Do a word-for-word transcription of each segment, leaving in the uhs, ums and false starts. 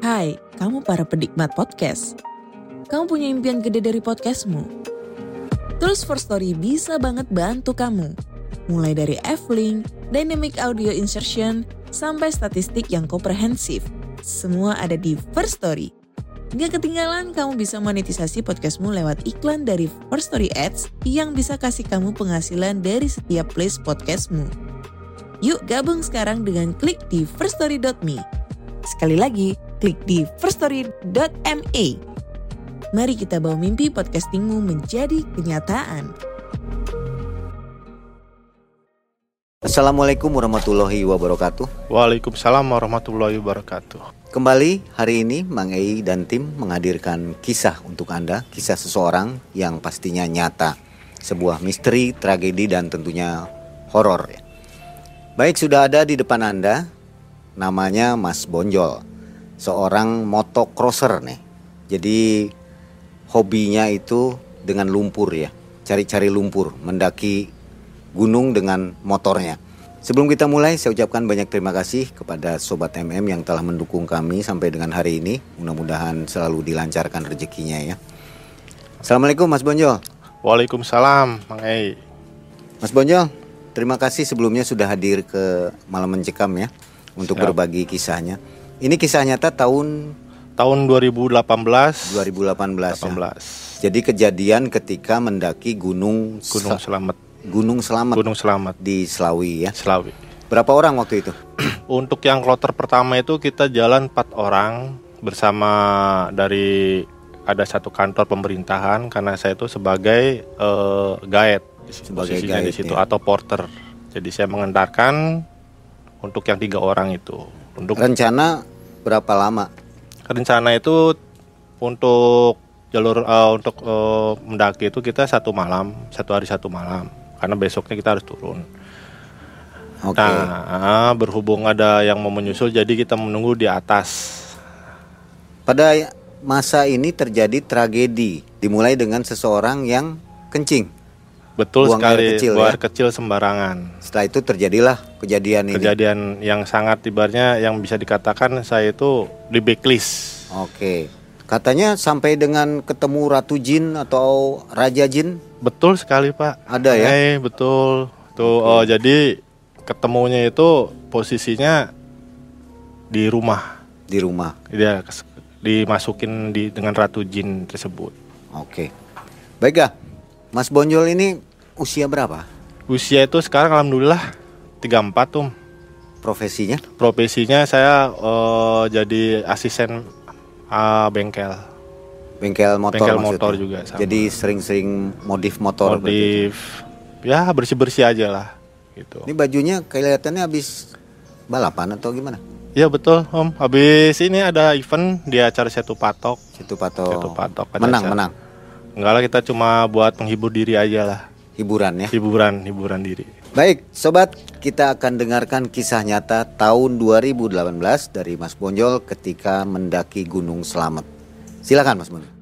Hai, kamu para penikmat podcast. Kamu punya impian gede dari podcastmu? Tools for Story bisa banget bantu kamu. Mulai dari F-Link, Dynamic Audio Insertion, sampai statistik yang komprehensif. Semua ada di First Story. Gak ketinggalan kamu bisa monetisasi podcastmu lewat iklan dari First Story Ads yang bisa kasih kamu penghasilan dari setiap place podcastmu. Yuk gabung sekarang dengan klik di first story dot me. Sekali lagi, klik di first story dot me. Mari kita bawa mimpi podcastingmu menjadi kenyataan. Assalamualaikum warahmatullahi wabarakatuh. Waalaikumsalam warahmatullahi wabarakatuh. Kembali hari ini Mang Ei dan tim menghadirkan kisah untuk Anda. Kisah seseorang yang pastinya nyata. Sebuah misteri, tragedi dan tentunya horor. Baik, sudah ada di depan Anda. Namanya Mas Bonjol. Seorang motocrosser nih. Jadi hobinya itu dengan lumpur ya. Cari-cari lumpur, mendaki gunung dengan motornya. Sebelum kita mulai, saya ucapkan banyak terima kasih kepada Sobat M M yang telah mendukung kami sampai dengan hari ini. Mudah-mudahan selalu dilancarkan rezekinya ya. Assalamualaikum Mas Bonjol. Waalaikumsalam Mang Ei. Mas Bonjol, terima kasih sebelumnya sudah hadir ke Malam Mencekam ya, untuk Siap. berbagi kisahnya. Ini kisah nyata tahun tahun dua ribu delapan belas. dua ribu delapan belas. delapan belas. Ya. Jadi kejadian ketika mendaki Gunung Gunung Selamet. Gunung Selamet. Gunung Selamet di Slawi ya. Slawi. Berapa orang waktu itu? Untuk yang kloter pertama itu kita jalan empat orang bersama dari ada satu kantor pemerintahan karena saya itu sebagai uh, guide sebagai posisinya guide di situ ya. Atau porter. Jadi saya mengantarkan untuk yang tiga orang itu. Untuk rencana berapa lama? Rencana itu untuk jalur uh, untuk uh, mendaki itu kita satu malam, satu hari satu malam. Karena besoknya kita harus turun. Oke. Nah, berhubung ada yang mau menyusul, jadi kita menunggu di atas. Pada masa ini terjadi tragedi, dimulai dengan seseorang yang kencing. Betul buang sekali, air kecil, buang ya? air kecil sembarangan. Setelah itu terjadilah kejadian ini. Kejadian yang sangat ibaratnya yang bisa dikatakan saya itu di backlist. Oke. Katanya sampai dengan ketemu Ratu Jin atau Raja Jin. Betul sekali Pak. Ada ya? Eh, betul. Tuh, okay. Oh, jadi ketemunya itu posisinya di rumah. Di rumah. Dia dimasukin di dengan Ratu Jin tersebut. Oke. Baiklah. Mas Bonjol ini usia berapa? Usia itu sekarang alhamdulillah tiga puluh empat Om. Profesinya? Profesinya saya uh, jadi asisten uh, bengkel. Bengkel motor Bengkel maksudnya. motor juga sama. Jadi sering-sering modif motor. Modif, ya bersih-bersih aja lah gitu. Ini bajunya kelihatannya habis balapan atau gimana? Iya betul Om, habis ini ada event di acara Setu Patok. Setu Patok. Setu Patok. Menang, acara. menang. Enggak lah, kita cuma buat menghibur diri aja lah. Hiburan ya? Hiburan, hiburan diri. Baik, sobat, kita akan dengarkan kisah nyata tahun dua ribu delapan belas dari Mas Bonjol ketika mendaki Gunung Selamet. Silakan Mas Bonjol.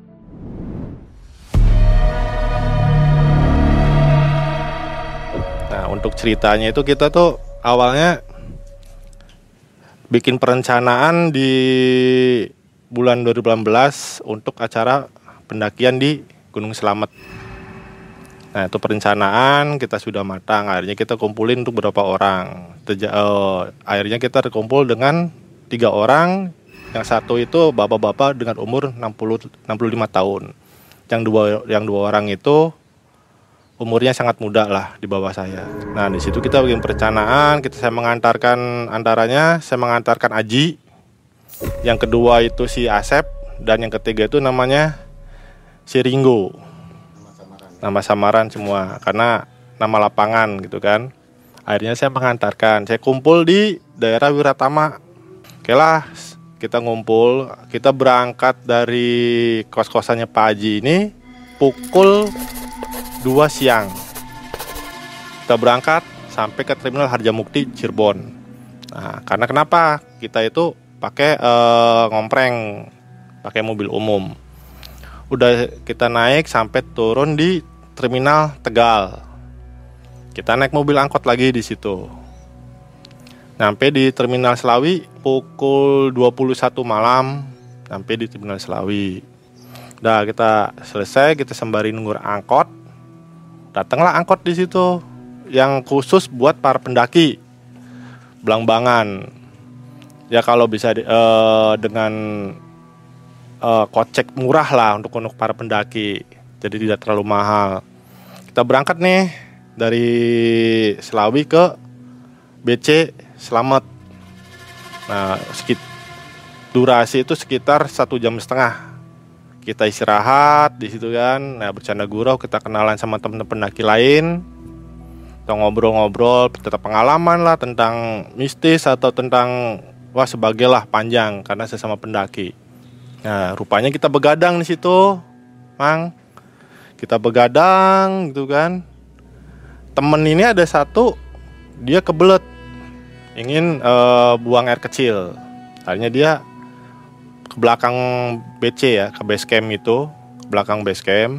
Nah, untuk ceritanya itu kita tuh awalnya bikin perencanaan di bulan dua ribu delapan belas untuk acara pendakian di Gunung Selamet. Nah, itu perencanaan kita sudah matang. Akhirnya kita kumpulin untuk berapa orang. Teja, uh, akhirnya kita kumpul dengan tiga orang. Yang satu itu bapak-bapak dengan umur enam puluh enam puluh lima tahun. Yang dua yang dua orang itu umurnya sangat muda lah di bawah saya. Nah, di situ kita bikin perencanaan. Kita saya mengantarkan antaranya, saya mengantarkan Aji. Yang kedua itu si Asep dan yang ketiga itu namanya si Ringo. Nama samaran semua karena nama lapangan gitu kan. Akhirnya saya mengantarkan, saya kumpul di daerah Wiratama. Oke lah, kita ngumpul, kita berangkat dari kos-kosannya Pak Haji ini pukul dua siang. Kita berangkat sampai ke terminal Harjamukti Cirebon. Nah, karena kenapa? Kita itu pakai uh, ngompreng, pakai mobil umum. Udah kita naik sampai turun di terminal Tegal. Kita naik mobil angkot lagi di situ. Sampai di terminal Slawi pukul dua puluh satu malam. sampai di Terminal Selawi. Udah kita selesai, kita sembari nunggu angkot. Datanglah angkot di situ yang khusus buat para pendaki Belambangan. Ya kalau bisa di, uh, dengan uh, kocek murah lah untuk untuk para pendaki. Jadi tidak terlalu mahal. Kita berangkat nih dari Selawi ke B C Slamet. Nah, sekit, durasi itu sekitar satu jam setengah. Kita istirahat di situ kan, nah bercanda gurau, kita kenalan sama teman-teman pendaki lain, kita ngobrol-ngobrol, tentang pengalaman lah tentang mistis atau tentang wah sebagai lah panjang karena sesama pendaki. Nah rupanya kita begadang di situ, Mang, kita begadang gitu kan. Temen ini ada satu, dia kebelet ingin uh, buang air kecil, akhirnya dia ke belakang B C ya, ke base camp itu, ke belakang base camp.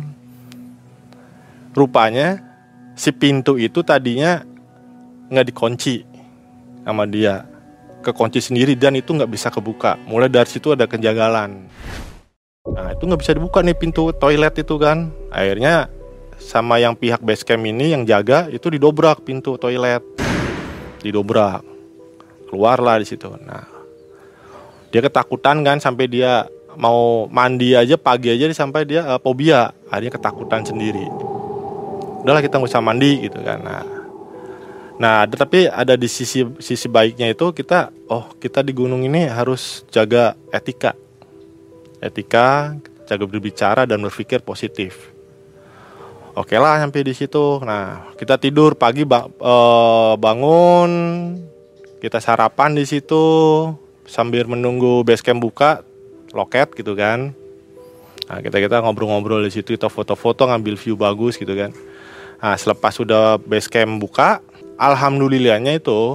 Rupanya si pintu itu tadinya nggak dikunci sama dia, kekunci sendiri dan itu nggak bisa kebuka. Mulai dari situ ada kejanggalan. Nah itu nggak bisa dibuka nih pintu toilet itu kan. Akhirnya sama yang pihak base camp ini yang jaga itu didobrak pintu toilet, didobrak, keluarlah di situ. Nah dia ketakutan kan sampai dia mau mandi aja pagi aja sampai dia uh, fobia, akhirnya ketakutan sendiri. Udahlah kita nggak usah mandi gitu kan. Nah, nah tapi ada di sisi sisi baiknya itu kita, oh kita di gunung ini harus jaga etika, etika, jaga berbicara dan berpikir positif. Oke lah sampai di situ. Nah kita tidur pagi bang, uh, bangun, kita sarapan di situ. Sambil menunggu base camp buka loket gitu kan. Nah, kita kita ngobrol-ngobrol di situ, kita foto-foto, ngambil view bagus gitu kan. Nah, selepas sudah base camp buka, alhamdulillahnya itu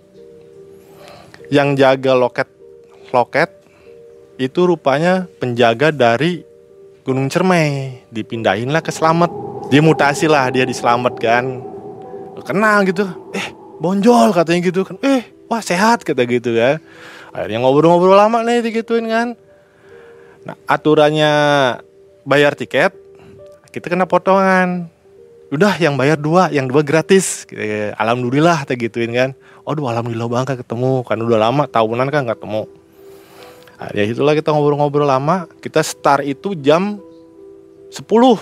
yang jaga loket loket itu rupanya penjaga dari Gunung Cermai, dipindahin lah ke Slamet. Dimutasi lah dia di Slamet kan. Kenal gitu. Eh, bonjol katanya gitu kan. Eh, wah sehat kata gitu kan. Akhirnya ngobrol-ngobrol lama nih digituin kan. Nah aturannya bayar tiket, kita kena potongan. Udah yang bayar dua, yang dua gratis. Alhamdulillah kita gituin kan. Aduh alhamdulillah banget ketemu, kan udah lama tahunan kan gak ketemu. Nah, ya itulah kita ngobrol-ngobrol lama. Kita start itu jam sepuluh.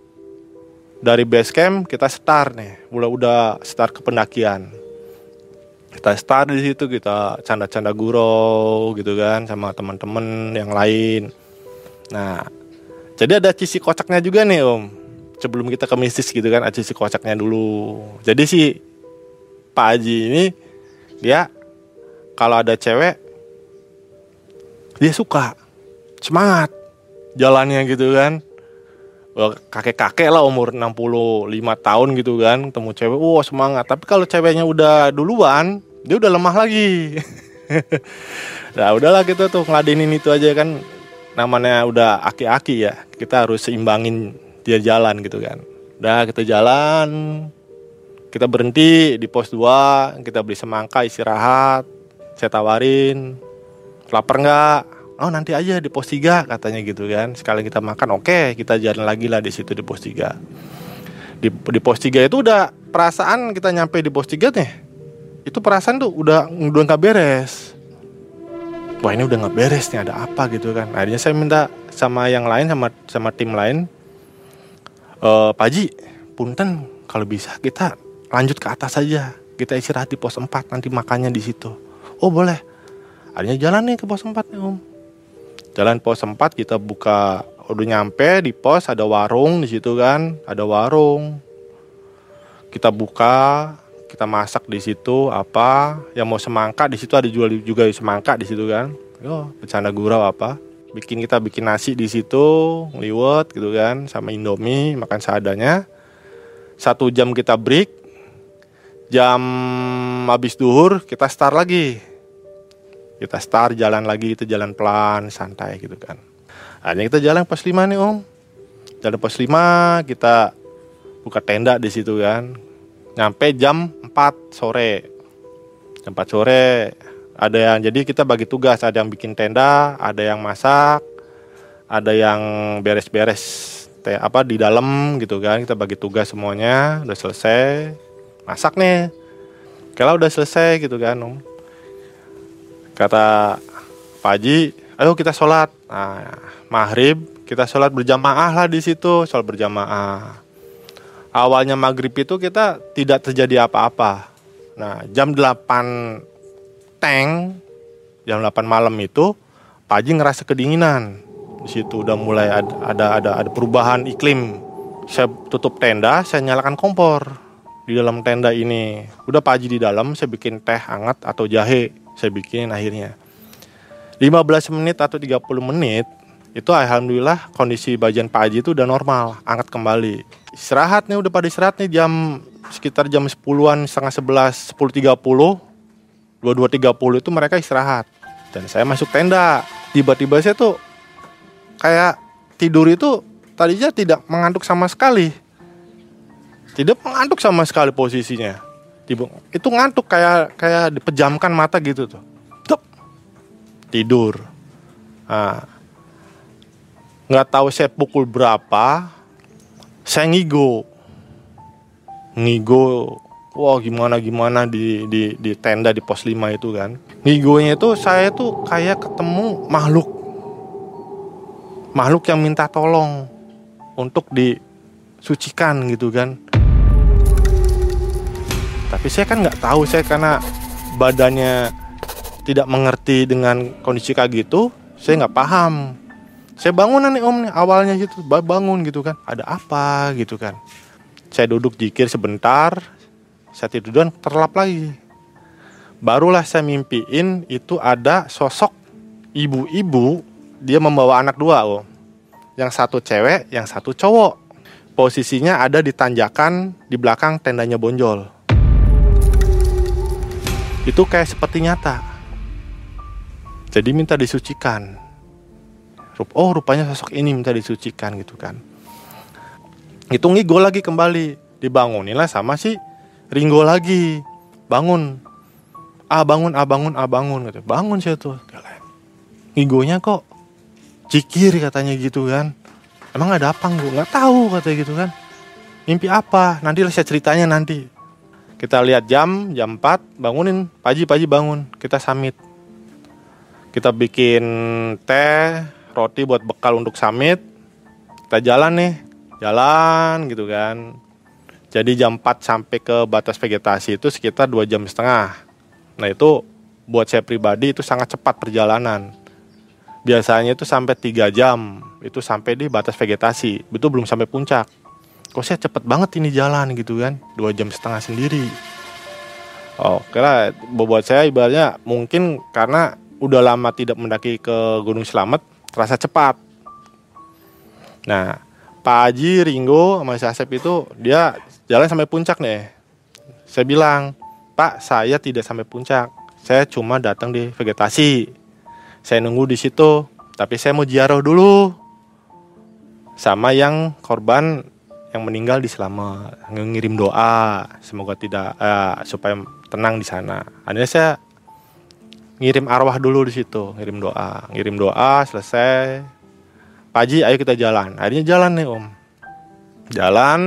Dari base camp kita start nih, udah udah start ke pendakian. Kita start di situ, kita canda-canda gurau gitu kan sama teman-teman yang lain. Nah, jadi ada sisi kocaknya juga nih Om. Sebelum kita ke mistis gitu kan, ada sisi kocaknya dulu. Jadi si Pak Haji ini dia kalau ada cewek dia suka, semangat jalannya gitu kan. Kakek-kakek lah umur enam puluh lima tahun gitu kan, ketemu cewek, wow semangat. Tapi kalau ceweknya udah duluan, dia udah lemah lagi. Nah udahlah kita tuh ngeladenin itu aja kan, namanya udah aki-aki ya, kita harus seimbangin dia jalan gitu kan. Udah kita jalan, kita berhenti di pos dua, kita beli semangka istirahat, saya tawarin, lapar nggak? Oh nanti aja di pos tiga katanya gitu kan. Sekali kita makan oke, kita jalan lagi lah di situ di pos tiga. Di, di pos tiga itu udah perasaan kita nyampe di pos tiga nih. Itu perasaan tuh udah udah enggak beres. Wah ini udah enggak beres nih, ada apa gitu kan. Akhirnya saya minta sama yang lain, sama sama tim lain. E, Pak Haji, punten kalau bisa kita lanjut ke atas aja. Kita istirahat di pos empat, nanti makannya di situ. Oh boleh. Akhirnya jalan nih ke pos empat nih Om. Jalan pos empat kita buka, udah nyampe di pos ada warung di situ kan, ada warung. Kita buka, kita masak di situ apa, yang mau semangka di situ ada jual juga semangka di situ kan. Yo, bercanda gurau apa. Bikin kita bikin nasi di situ, ngeliwet gitu kan, sama Indomie, makan seadanya. Satu jam kita break. Jam habis duhur kita start lagi. Kita start jalan lagi, itu jalan pelan, santai gitu kan. Akhirnya kita jalan pos lima nih Om. Jalan pos lima, kita buka tenda di situ kan. Nyampe jam empat sore. Jam empat sore, Ada yang jadi kita bagi tugas, ada yang bikin tenda, ada yang masak, ada yang beres-beres teh apa di dalam gitu kan. Kita bagi tugas semuanya, udah selesai. Masak nih. Kalau udah selesai gitu kan, Om. Kata Pak Haji, ayo kita sholat. Nah, maghrib kita sholat berjamaah lah di situ, sholat berjamaah. Awalnya maghrib itu kita tidak terjadi apa-apa. Nah, jam delapan teng, jam delapan malam itu Pak Haji ngerasa kedinginan. Di situ udah mulai ada, ada ada ada perubahan iklim. Saya tutup tenda, saya nyalakan kompor di dalam tenda ini. Udah Pak Haji di dalam, saya bikin teh hangat atau jahe, saya bikin akhirnya. lima belas menit atau tiga puluh menit itu alhamdulillah kondisi badan Pak Haji itu udah normal, angkat kembali. Istirahat nih, udah pada istirahat nih jam sekitar jam sepuluhan, setengah sebelas, sepuluh tiga puluh, dua puluh dua tiga puluh itu mereka istirahat. Dan saya masuk tenda. Tiba-tiba saya tuh kayak tidur itu tadinya tidak mengantuk sama sekali. Tidak mengantuk sama sekali posisinya. Itu ngantuk kayak kayak dipejamkan mata gitu tuh. Tup. Tidur. Nah, nggak tahu saya pukul berapa, saya ngigo, ngigo, wah gimana gimana di di di tenda di pos lima itu kan, ngigonya itu saya tuh kayak ketemu makhluk, makhluk yang minta tolong untuk disucikan gitu kan. Tapi saya kan nggak tahu, saya karena badannya tidak mengerti dengan kondisi kayak gitu, saya nggak paham. Saya bangun nih Om nih awalnya gitu, bangun gitu kan, ada apa gitu kan. Saya duduk zikir sebentar, saya tiduran terlelap lagi. Barulah saya mimpiin itu ada sosok ibu-ibu, dia membawa anak dua Om. Yang satu cewek, yang satu cowok. Posisinya ada di tanjakan di belakang tendanya bonjol. Itu kayak seperti nyata. Jadi minta disucikan. Oh rupanya sosok ini minta disucikan gitu kan. Itu ngigo lagi kembali. Dibangunilah sama si Ringo lagi. Bangun. Ah bangun, ah bangun, ah bangun gitu. Bangun saya tuh. Ngigonya kok zikir katanya gitu kan. Emang ada apa enggak? Gak tahu katanya gitu kan. Mimpi apa? Nanti lah saya ceritanya nanti. Kita lihat jam, jam empat, bangunin. Pak Haji, Pak Haji bangun. Kita samit. Kita bikin teh, roti buat bekal untuk samit. Kita jalan nih, jalan gitu kan. Jadi jam empat sampai ke batas vegetasi itu sekitar dua jam setengah. Nah itu buat saya pribadi itu sangat cepat perjalanan. Biasanya itu sampai tiga jam, itu sampai di batas vegetasi. Itu belum sampai puncak. Kok saya cepet banget ini jalan gitu kan, dua jam setengah sendiri. Oh, kira buat saya ibaratnya mungkin karena udah lama tidak mendaki ke Gunung Slamet, terasa cepat. Nah, Pak Haji, Ringo, sama si Asep itu dia jalan sampai puncak nih. Saya bilang, Pak, saya tidak sampai puncak. Saya cuma datang di vegetasi. Saya nunggu di situ, tapi saya mau ziarah dulu sama yang korban yang meninggal di Slamet, ngirim doa semoga tidak eh, supaya tenang di sana. Akhirnya saya ngirim arwah dulu di situ, ngirim doa, ngirim doa selesai. Pak Haji, ayo kita jalan. Akhirnya jalan nih Om. Jalan.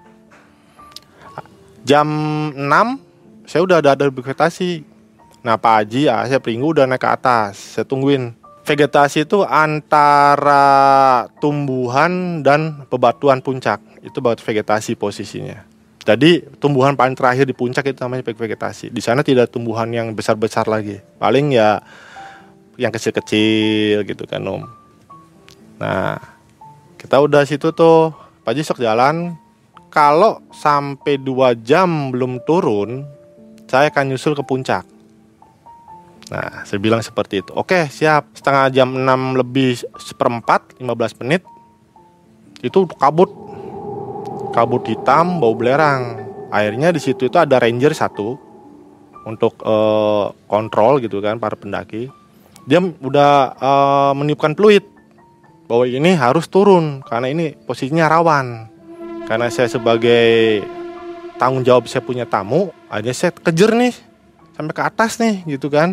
Jam enam saya udah ada di vegetasi. Nah Pak Haji, saya Pringgu udah naik ke atas. Saya tungguin. Vegetasi itu antara tumbuhan dan bebatuan puncak. Itu baut vegetasi posisinya. Jadi tumbuhan paling terakhir di puncak itu namanya vegetasi. Di sana tidak tumbuhan yang besar-besar lagi. Paling ya yang kecil-kecil gitu kan Om. Nah, kita udah situ tuh. Pak Haji sok jalan. Kalau sampai dua jam belum turun, saya akan nyusul ke puncak. Nah, saya bilang seperti itu. Oke, siap. Setengah jam enam lebih seperempat, lima belas menit. Itu kabut. Kabut hitam, bau belerang. Akhirnya di situ itu ada ranger satu untuk uh, kontrol gitu kan para pendaki. Dia udah uh, meniupkan peluit bahwa ini harus turun karena ini posisinya rawan. Karena saya sebagai tanggung jawab saya punya tamu, akhirnya saya kejar nih sampai ke atas nih gitu kan.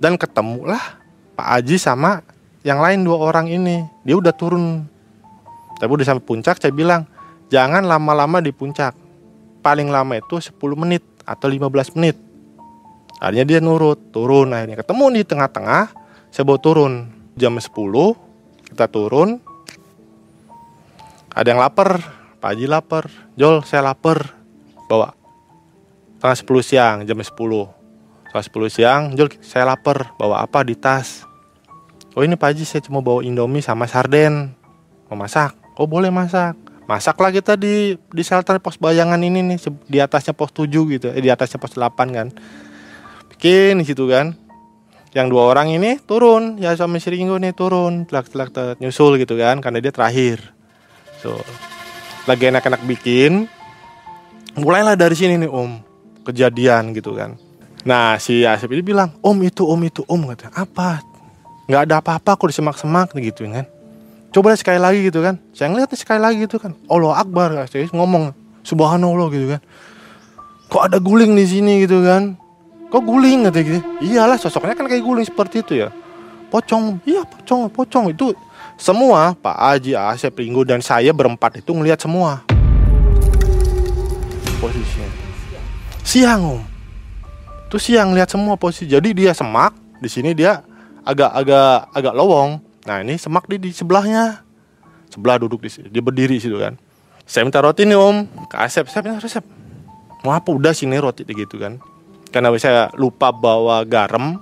Dan ketemulah Pak Haji sama yang lain dua orang ini. Dia udah turun, tapi udah sampai puncak. Saya bilang, jangan lama-lama di puncak, paling lama itu sepuluh menit atau lima belas menit. Akhirnya dia nurut, turun. Akhirnya ketemu di tengah-tengah, saya bawa turun. Jam sepuluh kita turun. Ada yang lapar, Pak Haji lapar. Jol, saya lapar. Bawa. Tengah sepuluh siang, jam sepuluh. Tengah sepuluh siang, Jol, saya lapar. Bawa apa di tas? Oh ini Pak Haji, saya cuma bawa Indomie sama sarden. Mau masak? Oh boleh masak. Masaklah kita di di shelter pos bayangan ini nih, di atasnya pos tujuh gitu. Eh di atasnya pos delapan kan. Bikin di situ kan. Yang dua orang ini turun, ya sama si Ringo nih turun, telak-telak nyusul gitu kan, karena dia terakhir. So, lagi enak-enak bikin. Mulailah dari sini nih Om, kejadian gitu kan. Nah si Asep ini bilang, Om itu, Om itu, Om kata, apa? Nggak ada apa-apa kok di semak-semak gitu kan. Coba sekali lagi gitu kan. Saya ngeliat nih sekali lagi gitu kan. Allah Akbar, saya ngomong Subhanallah gitu kan. Kok ada guling di sini gitu kan? Kok guling gitu gitu? Iyalah sosoknya kan kayak guling seperti itu ya. Pocong, iya pocong, pocong itu semua Pak Haji, Asep, Ringo dan saya berempat itu ngelihat semua. Posisinya. Siang Om. Itu siang lihat semua posisi. Jadi dia semak, di sini dia agak-agak agak lowong. Nah ini semak di, di sebelahnya. Sebelah duduk di dia berdiri situ kan. Saya minta roti nih Om ke Asep. Saya minta resep. Mau apa? Udah sini roti gitu kan. Karena saya lupa bawa garam.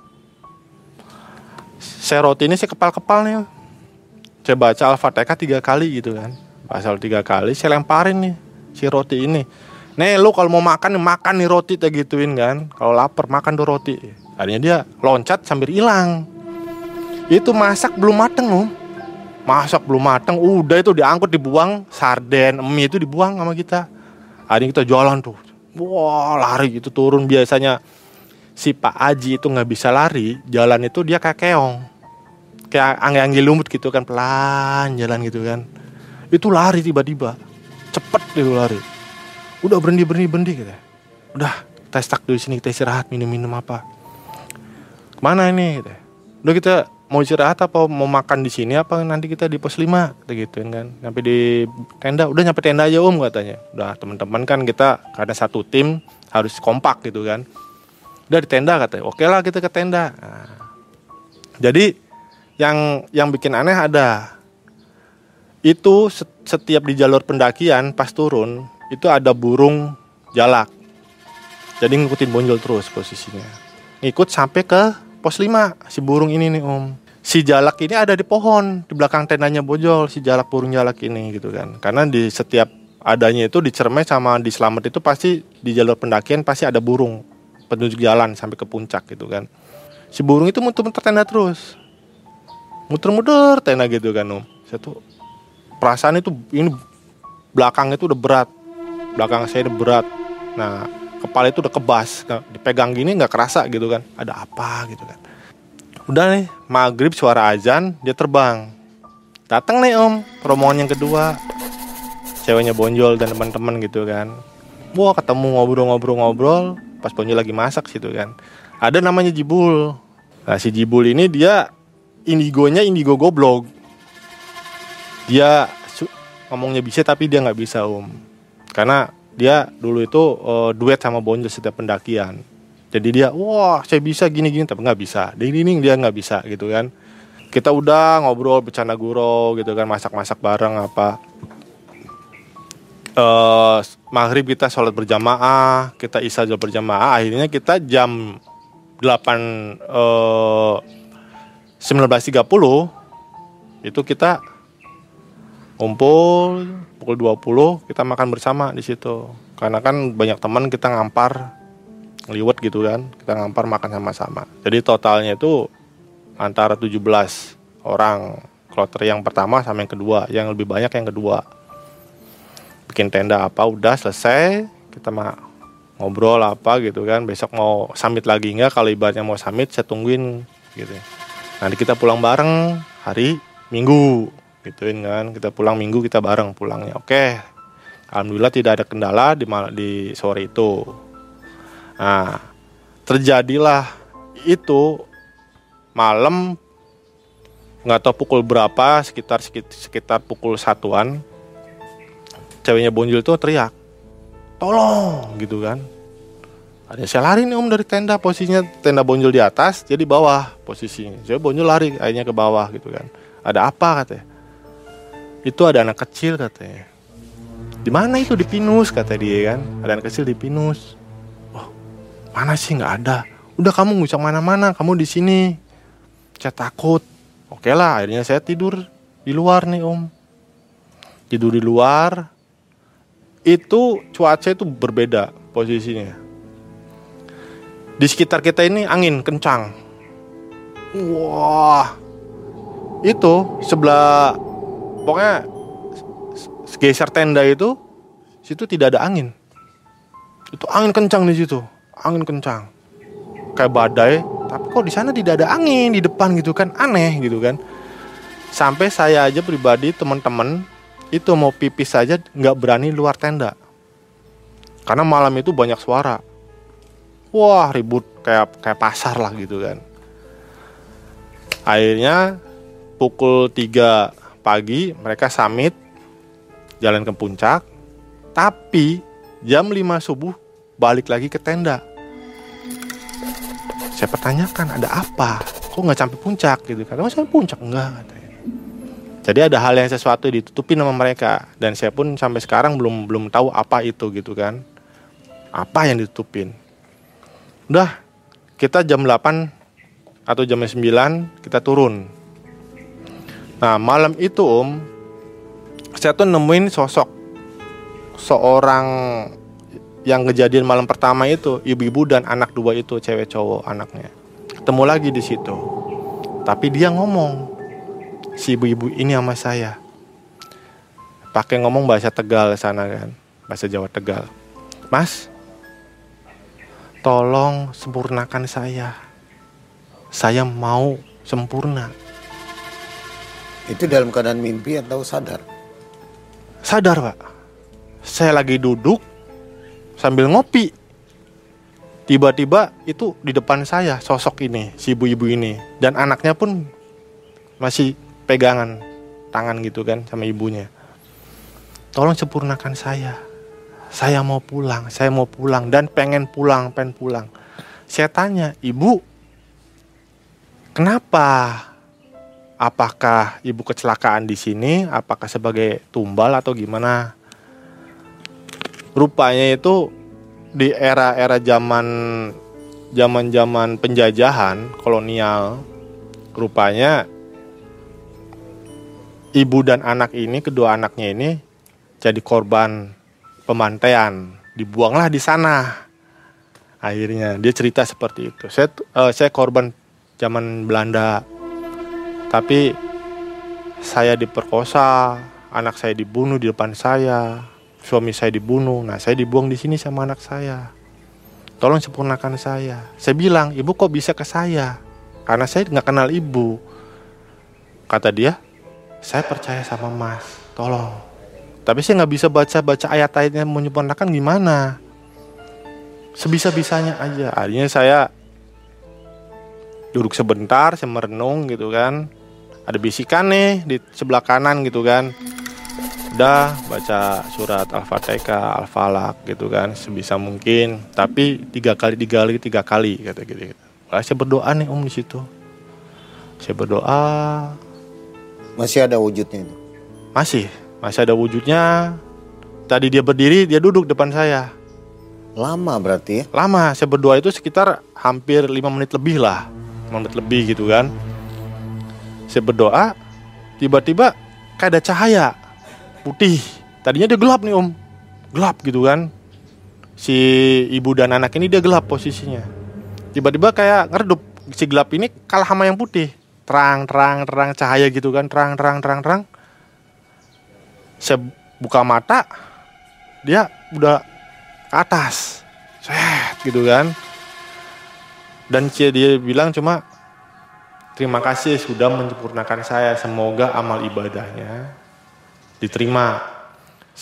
Saya roti ini saya kepal-kepal nih. Saya baca Al-Fatihah tiga kali gitu kan. Pasal tiga kali saya lemparin nih si roti ini. Nih lu kalau mau makan makan nih roti tak gituin kan. Kalau lapar makan tuh roti. Akhirnya dia loncat sambil hilang. Itu masak belum mateng Om. Masak belum mateng, udah itu diangkut dibuang, sarden, mie itu dibuang sama kita. Akhirnya kita jalan tuh. Wah lari itu turun. Biasanya si Pak Haji itu gak bisa lari, jalan itu dia kayak keong, kayak angge-angge lumut gitu kan, pelan jalan gitu kan. Itu lari tiba-tiba, cepet itu lari. Udah berhenti berhenti berhenti gitu. Udah kita stuck di sini, kita istirahat, minum-minum apa. Kemana ini? Gitu. Udah kita mau istirahat apa mau makan di sini apa nanti kita di pos lima gitu kan. Sampai di tenda, udah nyampe tenda aja Om katanya. Udah teman-teman kan kita karena satu tim harus kompak gitu kan. Udah di tenda katanya. Oke lah kita ke tenda. Nah, jadi yang yang bikin aneh ada. Itu setiap di jalur pendakian pas turun itu ada burung jalak. Jadi ngikutin bonjol terus posisinya. Ngikut sampai ke pos lima si burung ini nih Om. Si jalak ini ada di pohon di belakang tendanya Bojol, si jalak burung jalak ini gitu kan. Karena di setiap adanya itu di Cermai sama di Slamet itu pasti di jalur pendakian pasti ada burung penunjuk jalan sampai ke puncak gitu kan. Si burung itu muter-muter tenda terus. Muter-muter tenda gitu kan Om. Saya tuh perasaan itu ini belakang itu udah berat. Belakang saya udah berat. Nah, kepala itu udah kebas, nah, dipegang gini nggak kerasa gitu kan, ada apa gitu kan. Udah nih maghrib suara azan dia terbang, datang nih Om rombongan yang kedua, ceweknya Bonjol dan teman-teman gitu kan. Wah ketemu ngobrol-ngobrol-ngobrol pas Bonjol lagi masak situ kan. Ada namanya Jibul. Nah si Jibul ini dia indigonya indigo goblok. Dia su- ngomongnya bisa tapi dia nggak bisa Om, karena dia dulu itu uh, duet sama Bonjol setiap pendakian. Jadi dia, wah saya bisa gini-gini, tapi nggak bisa. Ding-ding dia nggak bisa gitu kan. Kita udah ngobrol, bercanda gurau gitu kan, masak-masak bareng apa. Uh, maghrib kita sholat berjamaah, kita isya sholat berjamaah. Akhirnya kita jam delapan uh, sembilan belas tiga puluh itu kita ngumpul pukul dua puluh kita makan bersama di situ. Karena kan banyak teman kita ngampar ngeliwet gitu kan. Kita ngampar makan sama-sama. Jadi totalnya itu antara tujuh belas orang kloter yang pertama sama yang kedua. Yang lebih banyak yang kedua. Bikin tenda apa udah selesai, kita mah ngobrol apa gitu kan. Besok mau summit lagi enggak? Kalau ibaratnya mau summit saya tungguin gitu. Nanti kita pulang bareng hari Minggu. Gituin kan, kita pulang Minggu kita bareng pulangnya. Oke, alhamdulillah tidak ada kendala di mal- di sore itu. Nah, terjadilah itu malam, nggak tahu pukul berapa, sekitar sekitar pukul satuan, ceweknya Bonjol tuh teriak, tolong gitu kan. Ada saya lari nih om dari tenda, posisinya tenda Bonjol di atas, jadi bawah posisinya. Saya Bonjol lari akhirnya ke bawah gitu kan. Ada apa katanya? Itu ada anak kecil katanya. Di mana itu? Di pinus kata dia kan. Ada anak kecil di pinus. Oh, mana sih, nggak ada. Udah kamu nggak usah mana-mana, kamu di sini. Saya takut. Oke lah, akhirnya saya tidur di luar nih om. Tidur di luar. Itu cuaca itu berbeda posisinya. Di sekitar kita ini angin kencang. Wah. Itu sebelah, pokoknya geser tenda itu, situ tidak ada angin. Itu angin kencang di situ, angin kencang. Kayak badai, tapi kok di sana tidak ada angin di depan gitu kan, aneh gitu kan. Sampai saya aja pribadi, teman-teman itu mau pipis saja nggak berani luar tenda. Karena malam itu banyak suara. Wah, ribut kayak kayak pasar lah gitu kan. Akhirnya pukul tiga pagi mereka summit jalan ke puncak. Tapi jam lima subuh balik lagi ke tenda. Saya pertanyakan, ada apa? Kok nggak sampai puncak gitu kan? Masa sampai puncak? Enggak katanya. Jadi ada hal yang sesuatu ditutupin sama mereka. Dan saya pun sampai sekarang belum belum tahu apa itu gitu kan. Apa yang ditutupin. Udah, kita jam delapan atau jam sembilan kita turun. Nah, malam itu om, saya tuh nemuin sosok seorang yang kejadian malam pertama itu, ibu-ibu dan anak dua itu, cewek cowok anaknya. Ketemu lagi di situ. Tapi dia ngomong, si ibu-ibu ini sama saya. Pakai ngomong bahasa Tegal sana kan, bahasa Jawa Tegal. Mas, tolong sempurnakan saya. Saya mau sempurna. Itu dalam keadaan mimpi atau sadar? Sadar pak. Saya lagi duduk sambil ngopi. Tiba-tiba itu di depan saya sosok ini, si ibu-ibu ini. Dan anaknya pun masih pegangan tangan gitu kan sama ibunya. Tolong sempurnakan saya. Saya mau pulang, saya mau pulang dan pengen pulang, pengen pulang. Saya tanya, ibu, kenapa? Apakah ibu kecelakaan di sini? Apakah sebagai tumbal atau gimana? Rupanya itu di era-era zaman zaman-zaman penjajahan kolonial, rupanya ibu dan anak ini, kedua anaknya ini jadi korban pemantaian, dibuanglah di sana. Akhirnya dia cerita seperti itu. Saya uh, saya korban zaman Belanda. Tapi saya diperkosa, anak saya dibunuh di depan saya, suami saya dibunuh. Nah, saya dibuang di sini sama anak saya. Tolong sempurnakan saya. Saya bilang, ibu kok bisa ke saya? Karena saya nggak kenal ibu. Kata dia, saya percaya sama mas. Tolong. Tapi saya nggak bisa baca-baca ayat-ayatnya menyempurnakan gimana? Sebisa-bisanya aja. Akhirnya saya duduk sebentar, saya merenung gitu kan. Ada bisikan nih di sebelah kanan gitu kan. Udah baca surat Al-Fatihah, Al-Falaq gitu kan, sebisa mungkin. Tapi tiga kali, tiga kali, tiga kali kata gitu. Lalu saya berdoa nih om di situ. Saya berdoa. Masih ada wujudnya itu? Masih, masih ada wujudnya. Tadi dia berdiri, dia duduk depan saya. Lama berarti ya? Lama, saya berdoa itu sekitar hampir lima menit lebih lah. lima menit lebih gitu kan. Saya berdoa, tiba-tiba kayak ada cahaya putih. Tadinya dia gelap nih om, gelap gitu kan. Si ibu dan anak ini dia gelap posisinya. Tiba-tiba kayak ngeredup, si gelap ini kalah sama yang putih. Terang, terang, terang, cahaya gitu kan. Terang, terang, terang, terang. Saya buka mata, dia udah ke atas, set gitu kan. Dan dia bilang cuma, terima kasih sudah menyempurnakan saya. Semoga amal ibadahnya diterima.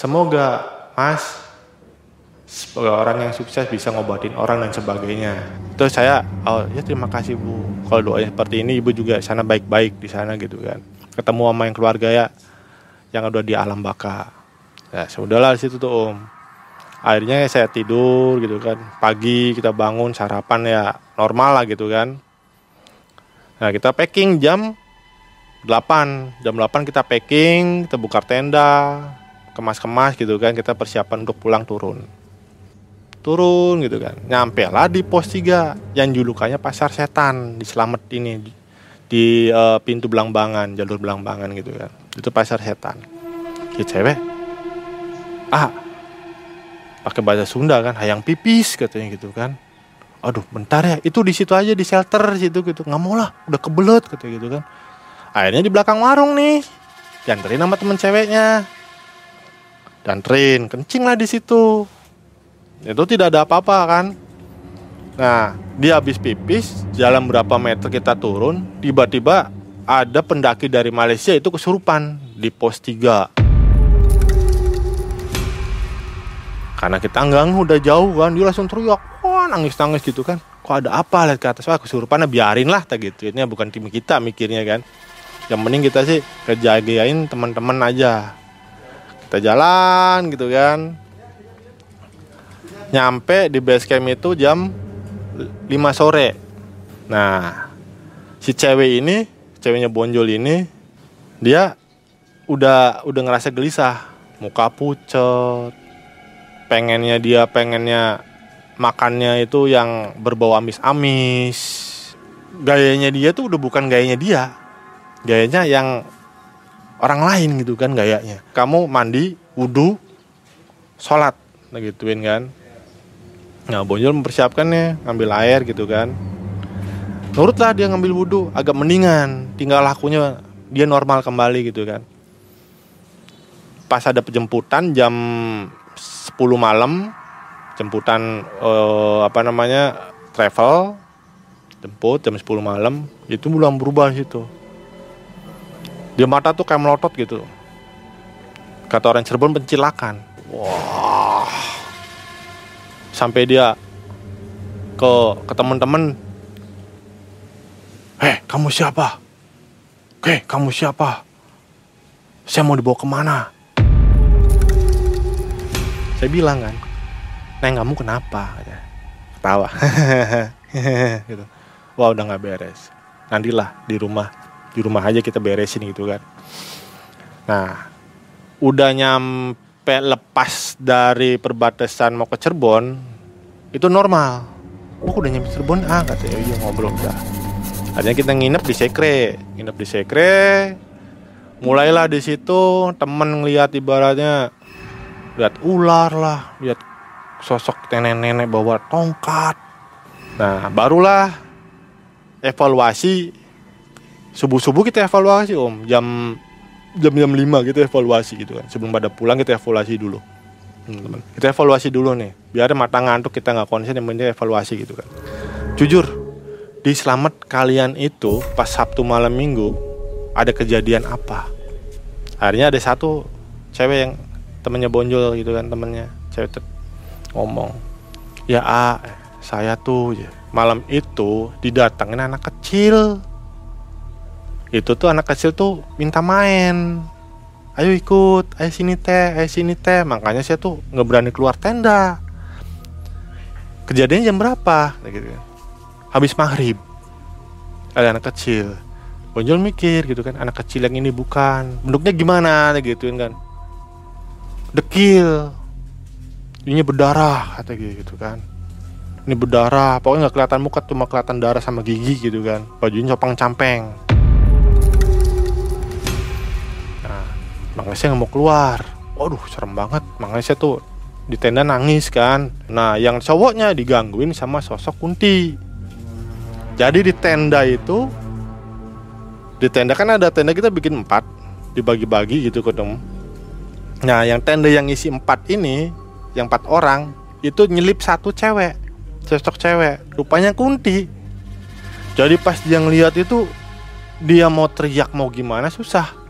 Semoga mas sebagai orang yang sukses bisa ngobatin orang dan sebagainya. Itu saya, oh ya terima kasih Bu. Kalau doanya seperti ini, Ibu juga sana baik-baik di sana gitu kan. Ketemu sama yang keluarga ya, yang udah di alam baka. Ya sudahlah di situ tuh Om. Akhirnya saya tidur gitu kan. Pagi kita bangun sarapan ya normal lah gitu kan. Nah kita packing jam delapan. Jam delapan kita packing, kita buka tenda, kemas-kemas gitu kan. Kita persiapan untuk pulang turun. Turun gitu kan. Nyampe lah di pos tiga yang julukannya Pasar Setan di Slamet ini. Di uh, pintu Belangbangan, jalur Belangbangan gitu kan. Itu Pasar Setan. Si cewek, ah, pakai bahasa Sunda kan, hayang pipis katanya gitu kan. Aduh, bentar ya, itu di situ aja di shelter situ gitu. Nggak mau lah, udah kebelet katanya gitu kan. Akhirnya di belakang warung nih, dianterin sama temen ceweknya. Dianterin, kencing lah di situ. Itu tidak ada apa-apa kan. Nah, dia habis pipis, jalan berapa meter kita turun, tiba-tiba ada pendaki dari Malaysia itu kesurupan di pos tiga. Karena kita enggak udah jauh kan, dia langsung teriak, wah nangis-nangis gitu kan. Kok ada apa, lihat ke atas, wah kesurupan, biarin lah tak gitu. Ini bukan tim kita mikirnya kan. Yang mending kita sih kejagain teman-teman aja. Kita jalan gitu kan. Nyampe di base camp itu jam lima sore. Nah, si cewek ini, ceweknya bonjol ini, dia udah udah ngerasa gelisah, muka pucet. Pengennya dia pengennya makannya itu yang berbau amis-amis. Gayanya dia tuh udah bukan gayanya dia. Gayanya yang orang lain gitu kan gayanya. Kamu mandi, wudu, sholat, nah gituin kan. Nah, bonjol mempersiapkannya, ngambil air gitu kan. Nurutlah dia ngambil wudhu, agak mendingan. Tinggal lakunya dia normal kembali gitu kan. Pas ada penjemputan jam sepuluh malam, jemputan eh, apa namanya travel, jemput jam sepuluh malam, itu mulai berubah situ. Dia mata tuh kayak melotot gitu. Kata orang Cirebon pencilakan. Wah. Sampai dia ke ke teman-teman, heh kamu siapa? Oke kamu siapa? Saya mau dibawa kemana? Saya bilang kan, Neng kamu kenapa? Ketawa, gitu. Wah udah nggak beres. Nantilah di rumah, di rumah aja kita beresin gitu kan. Nah, udah nyampe lepas dari perbatasan mau ke Cirebon itu normal. Oh udah nyampe Cirebon ah katanya, iya ngobrol udah. Akhirnya kita nginep di Sekre, nginep di Sekre. Mulailah di situ temen ngeliat ibaratnya lihat ular lah, lihat sosok nenek-nenek bawa tongkat. Nah barulah evaluasi. Subuh-subuh kita evaluasi Om, jam jam-jam lima gitu evaluasi gitu kan. Sebelum pada pulang kita evaluasi dulu. Teman-teman. Kita evaluasi dulu nih. Biar mata ngantuk kita enggak konsen, yang penting evaluasi gitu kan. Jujur, di Slamet kalian itu pas Sabtu malam Minggu ada kejadian apa? Akhirnya ada satu cewek yang temennya bonjol gitu kan, temennya cewek ter- ngomong, "Ya, A, saya tuh malam itu didatengin anak kecil. Itu tuh anak kecil tuh minta main. Ayo ikut, ayo sini teh, ayo sini teh. Makanya saya tuh nggak berani keluar tenda. Kejadiannya jam berapa? Gitu. Habis maghrib. Ada anak kecil. Bonjol mikir gitu kan, anak kecil yang ini bukan. Bentuknya gimana? Gituin kan. Dekil. Ini berdarah, kata gitu kan. Ini berdarah. Pokoknya nggak kelihatan muka, cuma kelihatan darah sama gigi gitu kan. Bajunya copang-campeng. Makanya saya gak mau keluar. Waduh serem banget. Makanya saya tuh di tenda nangis kan. Nah yang cowoknya digangguin sama sosok Kunti. Jadi di tenda itu, di tenda kan ada tenda kita bikin empat, dibagi-bagi gitu ketemu. Nah yang tenda yang isi empat ini, yang empat orang, itu nyelip satu cewek, sosok cewek. Rupanya Kunti. Jadi pas dia ngeliat itu, dia mau teriak mau gimana susah.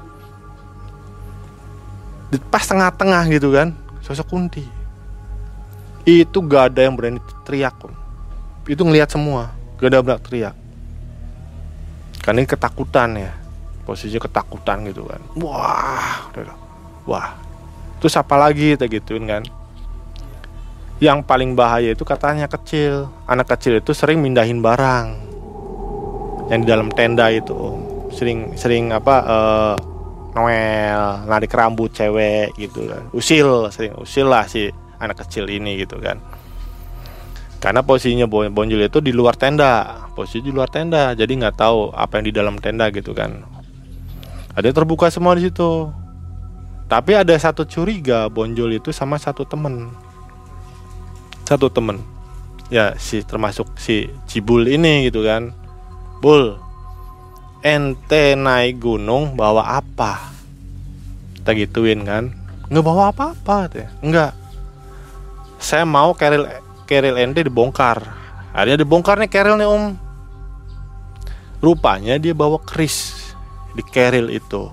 Pas tengah-tengah gitu kan, sosok Kunti. Itu gak ada yang berani teriak. itu ngelihat semua, gak ada berak teriak. Karena ini ketakutan ya, posisinya ketakutan gitu kan. Wah, wah. Terus apa lagi kita gituin kan. Yang paling bahaya itu katanya kecil. Anak kecil itu sering mindahin barang yang di dalam tenda itu, Om. Sering sering apa uh, Noel, narik rambut cewek gitu kan. Usil, sering usil lah si anak kecil ini gitu kan. Karena posisinya Bonjol itu di luar tenda, posisi di luar tenda, jadi nggak tahu apa yang di dalam tenda gitu kan. Ada terbuka semua di situ. Tapi ada satu curiga Bonjol itu sama satu temen, satu temen, ya si termasuk si Cibul ini gitu kan. Bul, ente naik gunung bawa apa? Kita gituin kan. Nggak bawa apa-apa, teh. Enggak. Saya mau keril keril ente dibongkar. Akhirnya dibongkar nih keril nih, Om. Rupanya dia bawa keris di keril itu.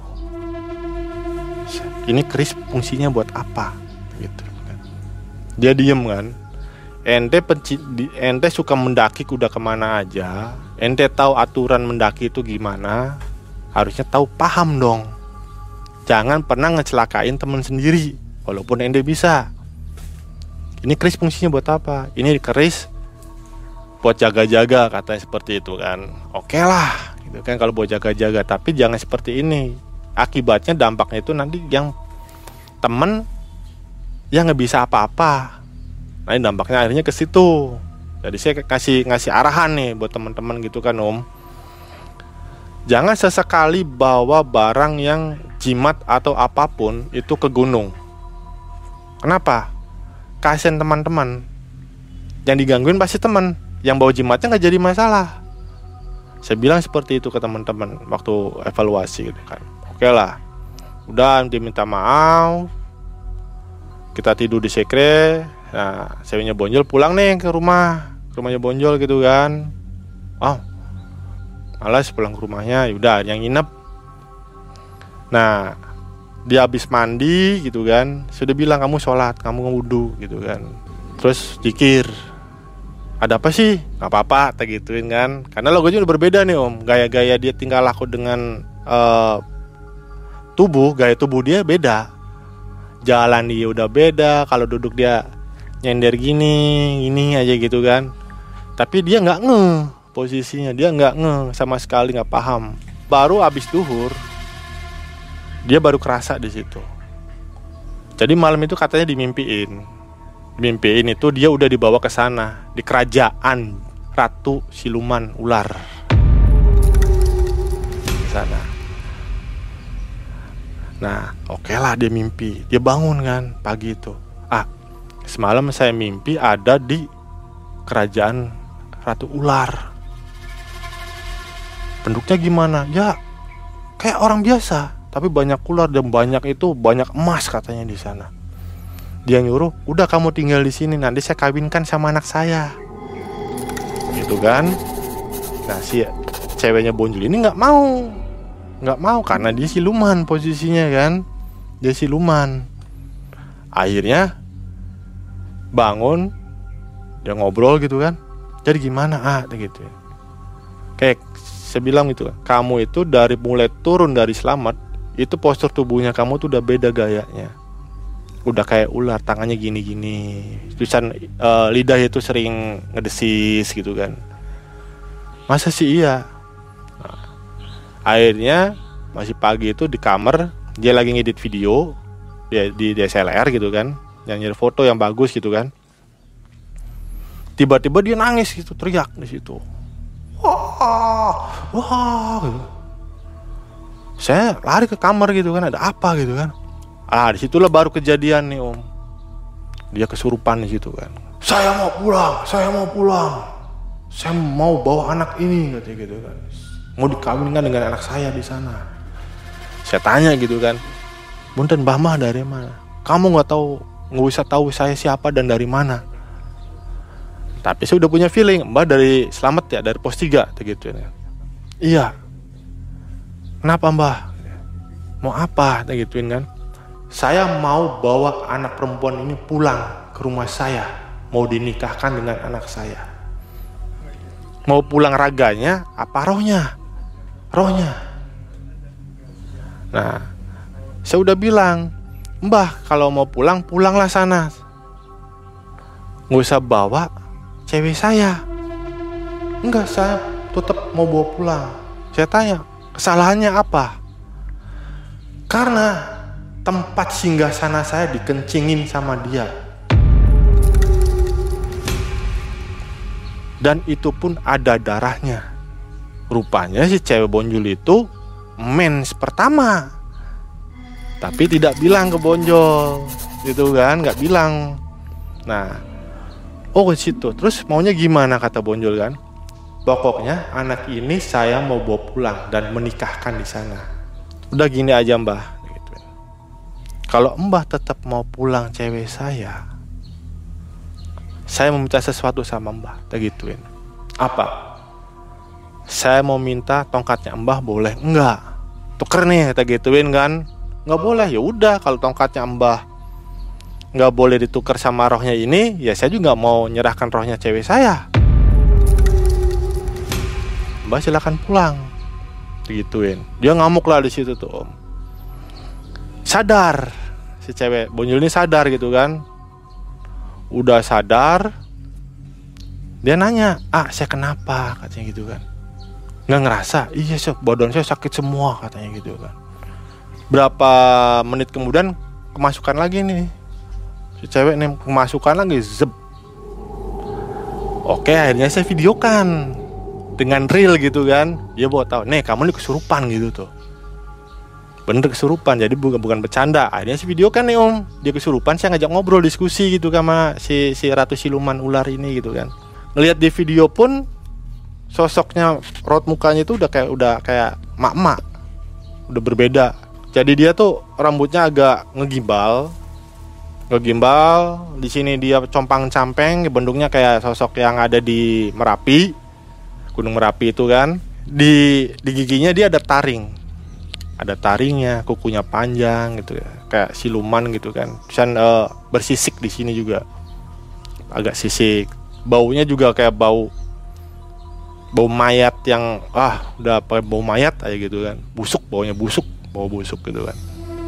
Ini keris fungsinya buat apa? Gitu kan. Dia diem kan. Ente penci, ente suka mendaki udah kemana aja. Ente tahu aturan mendaki itu gimana. Harusnya tahu, paham dong. Jangan pernah ngecelakain teman sendiri, walaupun ente bisa. Ini keris fungsinya buat apa? Ini keris buat jaga-jaga, katanya seperti itu kan. Oke lah, gitu kan kalau buat jaga-jaga. Tapi jangan seperti ini. Akibatnya dampaknya itu nanti yang temen yang nggak bisa apa-apa. Nah ini dampaknya akhirnya ke situ. Jadi saya kasih ngasih arahan nih buat teman-teman gitu kan, Om. Jangan sesekali bawa barang yang jimat atau apapun itu ke gunung. Kenapa? Kasian teman-teman. Yang digangguin pasti teman. Yang bawa jimatnya nggak jadi masalah. Saya bilang seperti itu ke teman-teman waktu evaluasi gitu kan. Oke lah, udah diminta maaf. Kita tidur di sekre. Nah, ceweknya Bonjol pulang nih ke rumah, ke rumahnya Bonjol gitu kan. Oh, malas pulang ke rumahnya. Yaudah, yang nginep. Nah, dia habis mandi gitu kan, sudah bilang kamu sholat, kamu wudu gitu kan. Terus zikir. Ada apa sih? Gak apa-apa, tak gituin kan. Karena logonya udah berbeda nih, Om. Gaya-gaya dia tinggal laku dengan uh, tubuh, gaya tubuh dia beda. Jalan dia udah beda. Kalau duduk dia nyender gini, gini aja gitu kan. Tapi dia gak ngeh posisinya, dia gak ngeh sama sekali, gak paham. Baru abis duhur dia baru kerasa di situ. Jadi malam itu katanya dimimpiin. Dimimpiin itu dia udah dibawa ke sana, di kerajaan Ratu Siluman Ular. Di sana. Nah, oke okay lah dia mimpi. Dia bangun kan pagi itu. Ah, semalam saya mimpi ada di kerajaan Ratu Ular. Bentuknya gimana? Ya, kayak orang biasa. Tapi banyak ular dan banyak itu banyak emas katanya di sana. Dia nyuruh, udah kamu tinggal di sini, nanti saya kawinkan sama anak saya. Gitu kan? Nah si ceweknya Bonjol ini nggak mau, nggak mau karena dia siluman posisinya kan, dia siluman. Akhirnya bangun, dia ngobrol gitu kan. Jadi gimana ah, gitu. Kayak saya bilang gitu, kamu itu dari mulai turun dari selamat. Itu postur tubuhnya kamu tuh udah beda gayanya. Udah kayak ular, tangannya gini-gini. Tulisan uh, lidah itu sering ngedesis gitu kan. Masa sih iya? Nah, akhirnya masih pagi itu di kamar, dia lagi ngedit video dia di D S L R gitu kan, yang nyari foto yang bagus gitu kan. Tiba-tiba dia nangis gitu, teriak di situ. Wah, wah gitu. Saya lari ke kamar gitu kan, ada apa gitu kan. Ah, disitulah baru kejadian nih, Om. Dia kesurupan di situ kan. Saya mau pulang, saya mau pulang. Saya mau bawa anak ini katanya gitu kan. Mau dikawinkan dengan anak saya di sana. Saya tanya gitu kan. Bunten Mbah Mah dari mana? Kamu nggak tahu, nggak usah tahu saya siapa dan dari mana. Tapi saya udah punya feeling, Mbah dari Selamat ya, dari pos tiga gitu ya. Iya. Kenapa Mbah? Mau apa? Gituin kan. Saya mau bawa anak perempuan ini pulang ke rumah saya. Mau dinikahkan dengan anak saya. Mau pulang raganya apa rohnya? Rohnya. Nah, saya udah bilang, Mbah kalau mau pulang, pulanglah sana. Nggak usah bawa cewek saya. Enggak, saya tetap mau bawa pulang. Saya tanya, kesalahannya apa? Karena tempat singgasana saya dikencingin sama dia. Dan itu pun ada darahnya. Rupanya si cewek bonjol itu mens pertama, tapi tidak bilang ke bonjol, gitu kan, nggak bilang. Nah, oh ke situ. Terus maunya gimana kata bonjol kan? Pokoknya anak ini saya mau bawa pulang dan menikahkan di sana. Udah gini aja Mbah. Gitu. Kalau Mbah tetap mau pulang cewek saya, saya meminta sesuatu sama Mbah, tak gituin. Apa? Saya mau minta tongkatnya Mbah, boleh? Enggak. Tuker nih, tak gituin kan? Enggak boleh. Ya udah, kalau tongkatnya Mbah enggak boleh ditukar sama rohnya ini, ya saya juga mau nyerahkan rohnya cewek saya. Mbah silakan pulang. Gituin. Dia ngamuk lah di situ tuh, Om. Sadar si cewek bonjol ini sadar gitu kan. Udah sadar, dia nanya, ah saya kenapa, katanya gitu kan. Nggak ngerasa, iya sih badan saya sakit semua, katanya gitu kan. Berapa menit kemudian kemasukan lagi nih, si cewek nih kemasukan lagi, zeb. Oke, akhirnya saya videokan dengan real gitu kan. Dia bawa tahu, nih kamu nih kesurupan gitu tuh. Bener kesurupan, jadi bukan bukan bercanda. Akhirnya si video kan nih Om, dia kesurupan, saya ngajak ngobrol diskusi gitu sama si si ratu siluman ular ini gitu kan. Ngelihat di video pun sosoknya, raut mukanya itu udah kayak udah kayak mak-mak, udah berbeda. Jadi dia tuh rambutnya agak ngegimbal, ngegimbal. Di sini dia compang-campeng, bentuknya kayak sosok yang ada di Merapi, Gunung Merapi itu kan. Di di giginya dia ada taring. Ada taringnya, kukunya panjang gitu ya, kayak siluman gitu kan. Dan uh, bersisik di sini juga, agak sisik. Baunya juga kayak bau bau mayat yang ah udah pakai bau mayat aja gitu kan. Busuk, baunya busuk, bau busuk gitu kan.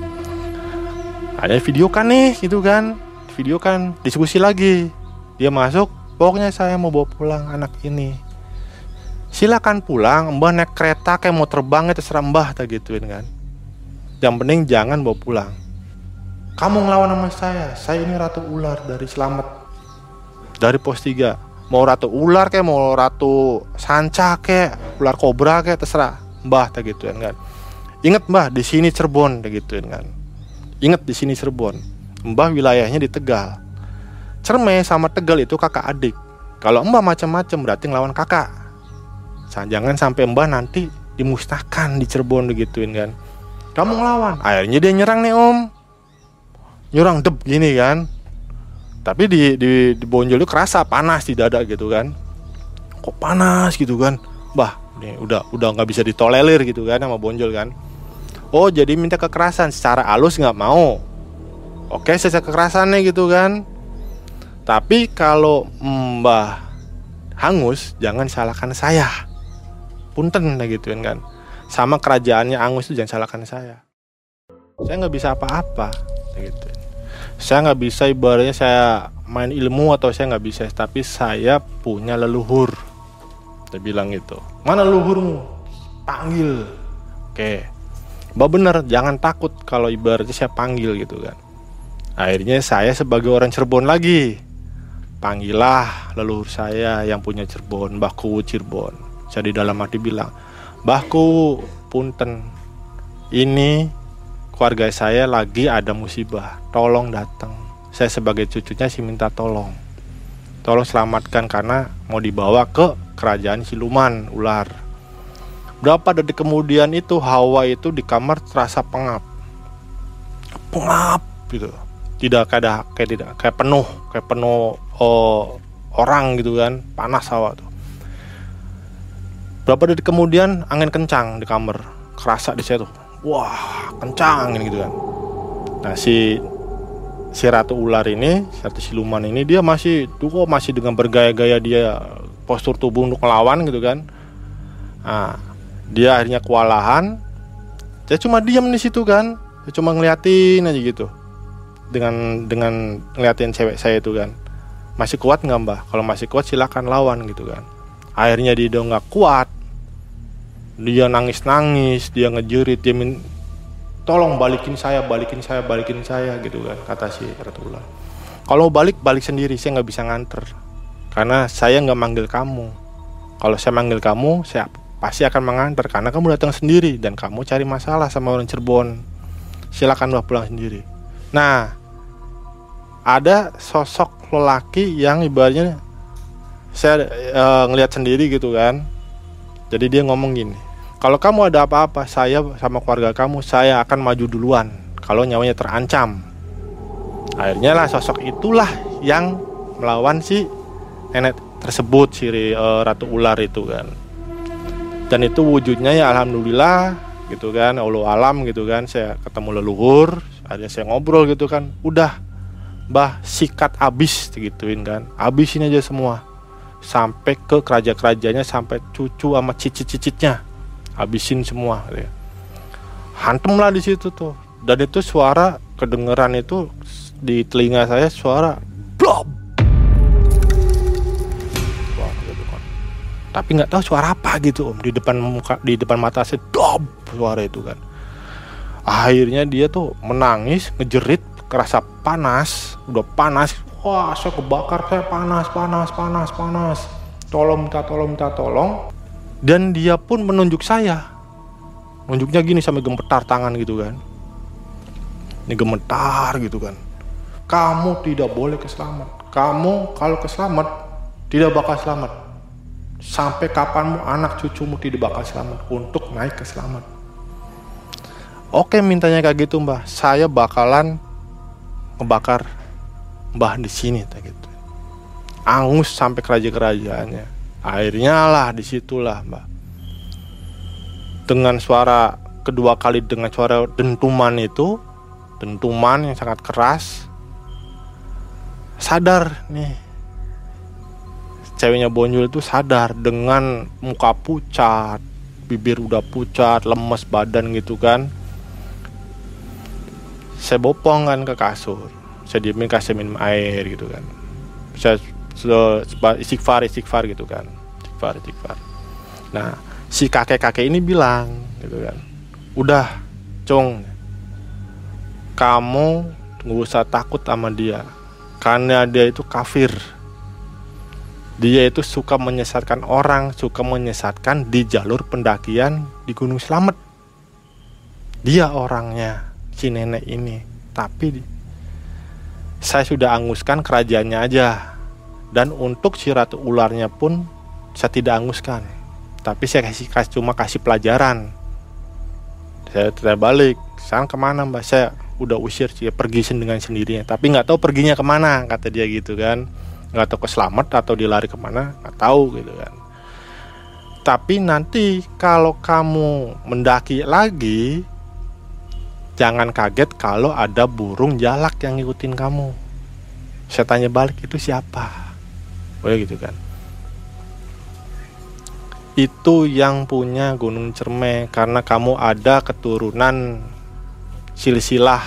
Ada video kan nih gitu kan, video kan, diskusi lagi. Dia masuk, pokoknya saya mau bawa pulang anak ini. Silakan pulang, Mbah naik kereta kayak mau terbang, terserah Mbah, tak gituin kan. Yang penting jangan bawa pulang. Kamu ngelawan sama saya, saya ini ratu ular dari Selamet, dari pos tiga. Mau ratu ular kayak mau ratu sanca kayak ular kobra kayak terserah Mbah, tak gituin kan. Ingat Mbah, di sini Cirebon, tak gituin kan. Ingat di sini Cirebon. Mbah wilayahnya di Tegal. Cerme sama Tegal itu kakak adik. Kalau Mbah macam-macam berarti ngelawan kakak. Jangan sampai Mbah nanti dimusnahkan di Cirebon digituin kan. Kamu ngelawan. Akhirnya dia nyerang nih Om. Nyerang deb gini kan. Tapi di di, di bonjol itu kerasa panas di dada gitu kan. Kok panas gitu kan. Bah, ini udah udah nggak bisa ditolerir gitu kan sama bonjol kan. Oh, jadi minta kekerasan secara halus nggak mau. Oke, secara kekerasannya gitu kan. Tapi kalau Mbah hangus, jangan salahkan saya. Punten gituin kan. Sama kerajaannya Angus itu jangan salahkan saya. Saya nggak bisa apa-apa gitu. Saya nggak bisa, ibaratnya saya main ilmu atau saya nggak bisa, tapi saya punya leluhur. Dia bilang gitu. Mana leluhurmu? Panggil. Oke. Mbak bener, jangan takut kalau ibaratnya saya panggil gitu kan. Akhirnya saya sebagai orang Cirebon lagi, panggillah leluhur saya yang punya Cirebon, Mbah Kuwu Cirebon. Saya di dalam hati bilang, Mbahku, punten, ini keluarga saya lagi ada musibah, tolong datang. Saya sebagai cucunya sih minta tolong, tolong selamatkan karena mau dibawa ke kerajaan siluman ular. Berapa detik kemudian itu Hawa itu di kamar terasa pengap, pengap gitu, tidak kayak kayak tidak kayak penuh, kayak penuh oh, orang gitu kan, panas Hawa tuh. Berapa detik kemudian angin kencang di kamar, kerasa di situ. Wah, kencang angin gitu kan. Nah, si si ratu ular ini, si ratu siluman ini dia masih tuh masih dengan bergaya-gaya dia postur tubuh untuk melawan gitu kan. Nah, dia akhirnya kewalahan. Saya cuma diam di situ kan, saya cuma ngeliatin aja gitu, dengan dengan ngeliatin cewek saya itu kan, masih kuat nggak mbak? Kalau masih kuat silakan lawan gitu kan. Akhirnya dia udah nggak kuat, dia nangis nangis, dia ngejerit, dia min, tolong balikin saya, balikin saya, balikin saya gitu kan, kata si Ratu Ular. Kalau balik balik sendiri, saya nggak bisa nganter, karena saya nggak manggil kamu. Kalau saya manggil kamu, saya pasti akan mengantar, karena kamu datang sendiri dan kamu cari masalah sama orang Cirebon. Silakan mbak pulang sendiri. Nah, ada sosok lelaki yang ibaratnya saya e, ngelihat sendiri gitu kan. Jadi dia ngomong gini, kalau kamu ada apa-apa, saya sama keluarga kamu, saya akan maju duluan kalau nyawanya terancam. Akhirnya lah sosok itulah yang melawan si nenek tersebut, si e, Ratu Ular itu kan. Dan itu wujudnya ya alhamdulillah gitu kan, Allah alam gitu kan. Saya ketemu leluhur, akhirnya saya ngobrol gitu kan. Udah mbah, sikat abis gituin kan, abisin aja semua sampai ke kerajaan-kerajaannya, sampai cucu sama cicit-cicitnya, habisin semua gitu ya. Hantem lah di situ tuh. Dan itu suara kedengeran itu di telinga saya, suara blob. Tapi nggak tahu suara apa gitu om, di depan muka, di depan mata saya, dob suara itu kan. Akhirnya dia tuh menangis, ngejerit, kerasa panas, udah panas, wah saya kebakar, saya panas, panas, panas, panas, tolong minta tolong minta tolong. Dan dia pun menunjuk saya, nunjuknya gini sampai gemetar tangan gitu kan, ini gemetar gitu kan. Kamu tidak boleh keselamat, kamu kalau keselamat tidak bakal selamat. Sampai kapanmu anak cucumu tidak bakal selamat untuk naik ke selamat. Oke, mintanya kayak gitu mbah, saya bakalan ngebakar mbah di sini kayak gitu. Angus sampai kerajaan-kerajaannya. Akhirnya lah disitulah mbah, dengan suara kedua kali, dengan suara dentuman itu, dentuman yang sangat keras, sadar nih ceweknya Bonjol itu, sadar dengan muka pucat, bibir udah pucat, lemes badan gitu kan. Saya bopong kan ke kasur, saya diemin, kasih minum air gitu kan. Saya istighfar istighfar gitu kan, istighfar istighfar. Nah si kakek-kakek ini bilang gitu kan, udah Cung, kamu gak usah takut sama dia, karena dia itu kafir. Dia itu suka menyesatkan orang, suka menyesatkan di jalur pendakian di Gunung Slamet. Dia orangnya, si nenek ini. Tapi saya sudah anguskan kerajaannya aja. Dan untuk si Ratu Ularnya pun saya tidak anguskan. Tapi saya kasih, kasih cuma kasih pelajaran. Saya terbalik, sekarang kemana mbak? Saya udah usir dia pergi dengan sendirinya. Tapi nggak tahu perginya kemana, kata dia gitu kan. Nggak tahu ke Slamet atau dia lari kemana, nggak tahu gitu kan. Tapi nanti kalau kamu mendaki lagi, jangan kaget kalau ada burung jalak yang ngikutin kamu. Saya tanya balik, itu siapa? Oh ya gitu kan. Itu yang punya Gunung Cermai, karena kamu ada keturunan silsilah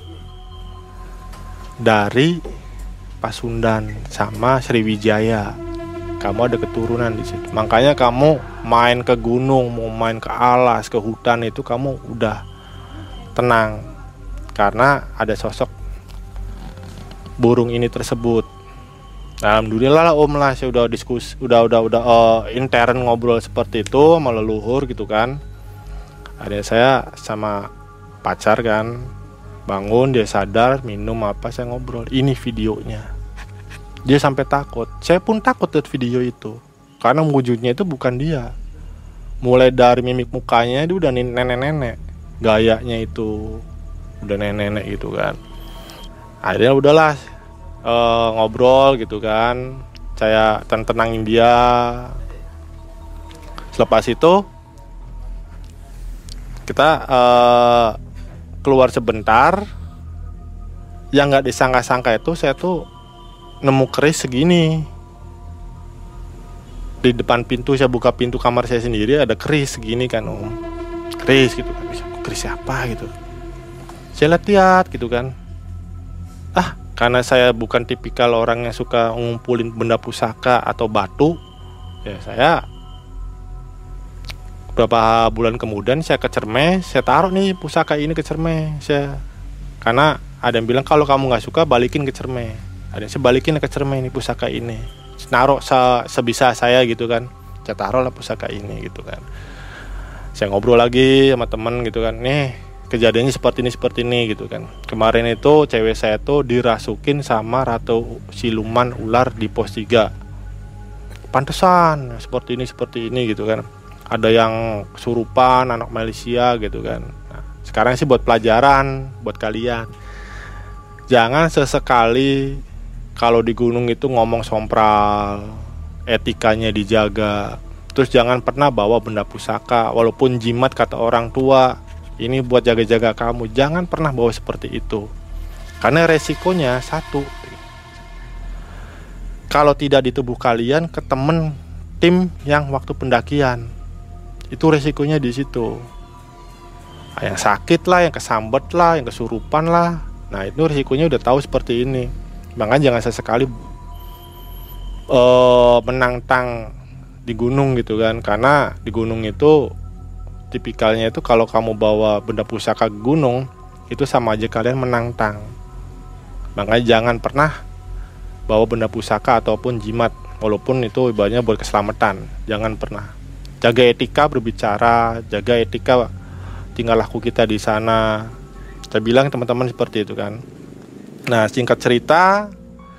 dari Pasundan sama Sriwijaya. Kamu ada keturunan di situ. Makanya kamu main ke gunung, mau main ke alas, ke hutan itu kamu udah tenang, karena ada sosok burung ini tersebut. Alhamdulillah lah om lah, saya udah diskusi, udah udah udah uh, intern ngobrol seperti itu sama leluhur gitu kan. Ada saya sama pacar kan, bangun dia sadar, minum apa, saya ngobrol, ini videonya. Dia sampai takut, saya pun takut lihat video itu, karena wujudnya itu bukan dia. Mulai dari mimik mukanya itu udah nenek-nenek, gayanya itu udah nenek-nenek gitu kan. Akhirnya udahlah uh, ngobrol gitu kan, saya tenangin dia. Selepas itu kita uh, keluar sebentar. Yang nggak disangka-sangka itu saya tuh nemu keris segini. di depan pintu, saya buka pintu kamar saya sendiri, ada keris segini kan om, keris gitu kan, keris siapa gitu, saya lihat gitu kan, ah karena saya bukan tipikal orang yang suka ngumpulin benda pusaka atau batu, ya saya beberapa bulan kemudian saya ke Cermai, saya taruh nih pusaka ini ke Cermai, saya karena ada yang bilang kalau kamu nggak suka balikin ke Cermai, ada yang saya balikin ke Cermai nih pusaka ini, naruh se- sebisa saya gitu kan, saya taruh lah pusaka ini gitu kan, saya ngobrol lagi sama temen gitu kan, nih kejadiannya seperti ini seperti ini gitu kan, kemarin itu cewek saya tuh dirasukin sama ratu siluman ular di pos tiga, pantesan seperti ini seperti ini gitu kan, ada yang kesurupan anak Malaysia gitu kan. Nah, sekarang sih buat pelajaran buat kalian, jangan sesekali kalau di gunung itu ngomong sompral, etikanya dijaga. Terus jangan pernah bawa benda pusaka, walaupun jimat kata orang tua, ini buat jaga-jaga kamu. Jangan pernah bawa seperti itu. Karena resikonya satu, kalau tidak di tubuh kalian, ke temen tim yang waktu pendakian, itu resikonya di situ. Nah, yang sakit lah, yang kesambet lah, yang kesurupan lah. Nah itu resikonya udah tahu seperti ini. Makanya jangan sesekali uh, menantang di gunung gitu kan, karena di gunung itu tipikalnya itu kalau kamu bawa benda pusaka ke gunung itu sama aja kalian menantang. Makanya jangan pernah bawa benda pusaka ataupun jimat, walaupun itu ibaratnya buat keselamatan. Jangan pernah. Jaga etika berbicara, jaga etika tingkah laku kita di sana. Saya bilang teman-teman seperti itu kan. Nah singkat cerita,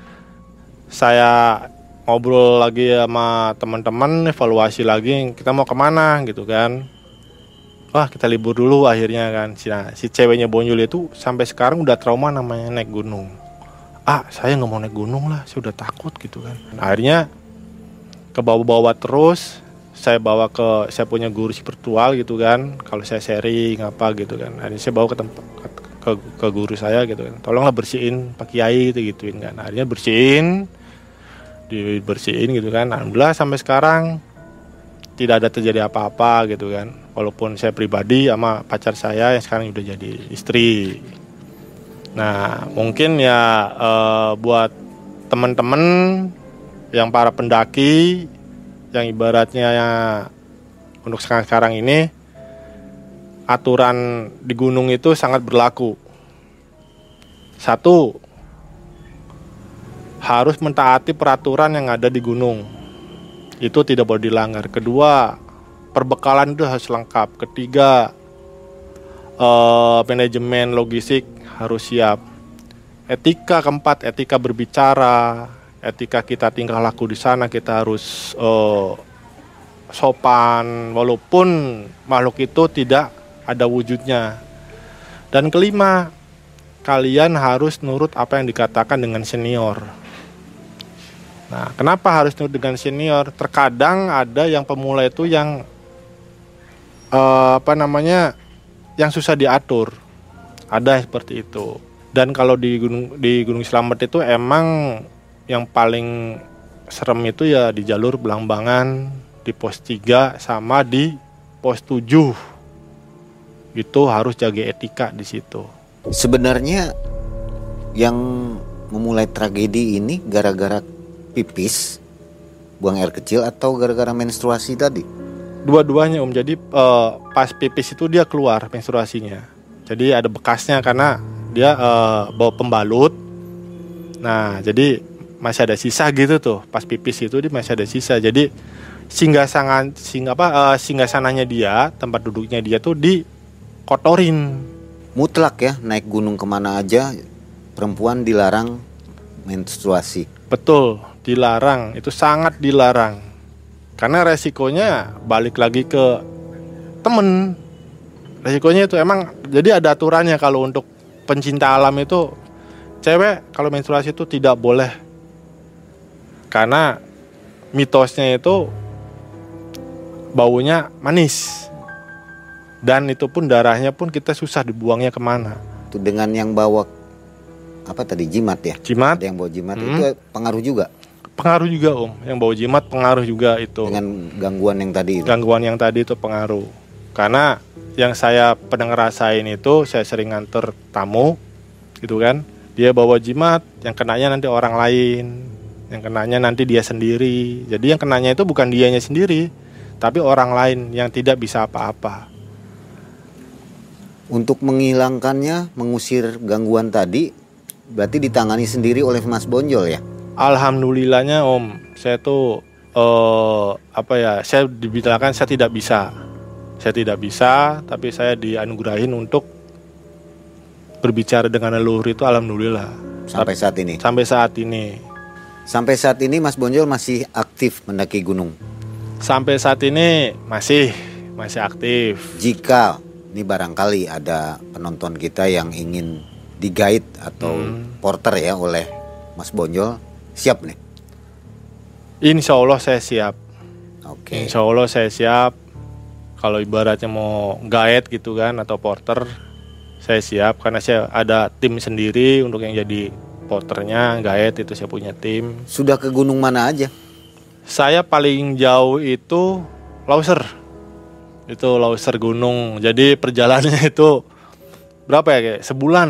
saya ngobrol lagi sama teman-teman, evaluasi lagi kita mau kemana gitu kan. Wah kita libur dulu akhirnya kan. Nah, si ceweknya Bonyul itu sampai sekarang udah trauma namanya naik gunung. Ah saya gak mau naik gunung lah, saya udah takut gitu kan. Nah, akhirnya ke bawah-bawah terus, saya bawa ke, saya punya guru spiritual gitu kan, kalau saya sharing apa gitu kan. Akhirnya saya bawa ke tempat ke, ke guru saya gitu kan, tolonglah bersihin Pak Kiai gitu gituin kan. Akhirnya bersihin, dibersihin gitu kan. Alhamdulillah sampai sekarang tidak ada terjadi apa-apa gitu kan. Walaupun saya pribadi sama pacar saya yang sekarang udah jadi istri. Nah mungkin ya eh, buat teman-teman yang para pendaki yang ibaratnya ya, untuk sekarang-sekarang ini aturan di gunung itu sangat berlaku. Satu, harus mentaati peraturan yang ada di gunung, itu tidak boleh dilanggar. Kedua, perbekalan itu harus lengkap. Ketiga, eh, manajemen logistik harus siap. Etika keempat, etika berbicara, etika kita tingkah laku di sana kita harus uh, sopan walaupun makhluk itu tidak ada wujudnya. Dan kelima, kalian harus nurut apa yang dikatakan dengan senior. Nah, kenapa harus nurut dengan senior? Terkadang ada yang pemula itu yang uh, apa namanya, yang susah diatur. Ada seperti itu. Dan kalau di gunung di Gunung Slamet itu emang yang paling serem itu ya di jalur Belambangan, di pos tiga sama di pos tujuh. Itu harus jaga etika di situ. Sebenarnya yang memulai tragedi ini gara-gara pipis, buang air kecil, atau gara-gara menstruasi tadi? Dua-duanya om. Jadi uh, pas pipis itu dia keluar menstruasinya. Jadi ada bekasnya karena dia uh, bawa pembalut. Nah jadi masih ada sisa gitu tuh, pas pipis itu dia masih ada sisa. Jadi singgasangan sing apa uh, singgasananya dia, tempat duduknya dia tuh dikotorin. Mutlak ya, naik gunung kemana aja perempuan dilarang menstruasi. Betul, dilarang, itu sangat dilarang. Karena resikonya balik lagi ke temen. Resikonya itu emang jadi ada aturannya. Kalau untuk pencinta alam itu, cewek kalau menstruasi itu tidak boleh. Karena mitosnya itu baunya manis. Dan itu pun darahnya pun kita susah dibuangnya kemana. Itu dengan yang bawa apa tadi, jimat ya? Jimat. Ada yang bawa jimat, hmm. itu pengaruh juga? pengaruh juga Om, yang bau jimat pengaruh juga itu. Dengan gangguan yang tadi itu. Gangguan yang tadi itu pengaruh. Karena yang saya pernah ngerasain itu, saya sering nganter tamu, gitu kan. Dia bawa jimat, yang kenanya nanti orang lain, yang kenanya nanti dia sendiri. Jadi yang kenanya itu bukan dianya sendiri, tapi orang lain yang tidak bisa apa-apa. Untuk menghilangkannya, mengusir gangguan tadi, berarti ditangani sendiri oleh Mas Bonjol ya? Alhamdulillahnya Om, saya tuh eh, apa ya? Saya dibilangkan saya tidak bisa, saya tidak bisa, tapi saya dianugerahin untuk berbicara dengan leluhur itu, alhamdulillah. Sampai saat ini. Sampai saat ini. Sampai saat ini Mas Bonjol masih aktif mendaki gunung. Sampai saat ini masih masih aktif. Jika ini barangkali ada penonton kita yang ingin di-guide atau hmm. porter ya oleh Mas Bonjol, siap nih? Insya Allah saya siap. Oke. Insya Allah saya siap. Kalau ibaratnya mau guide gitu kan atau porter, saya siap karena saya ada tim sendiri untuk yang jadi porternya, guide itu saya punya tim. Sudah ke gunung mana aja? Saya paling jauh itu Lauser. Itu Lauser gunung. Jadi perjalanannya itu berapa ya kayak sebulan.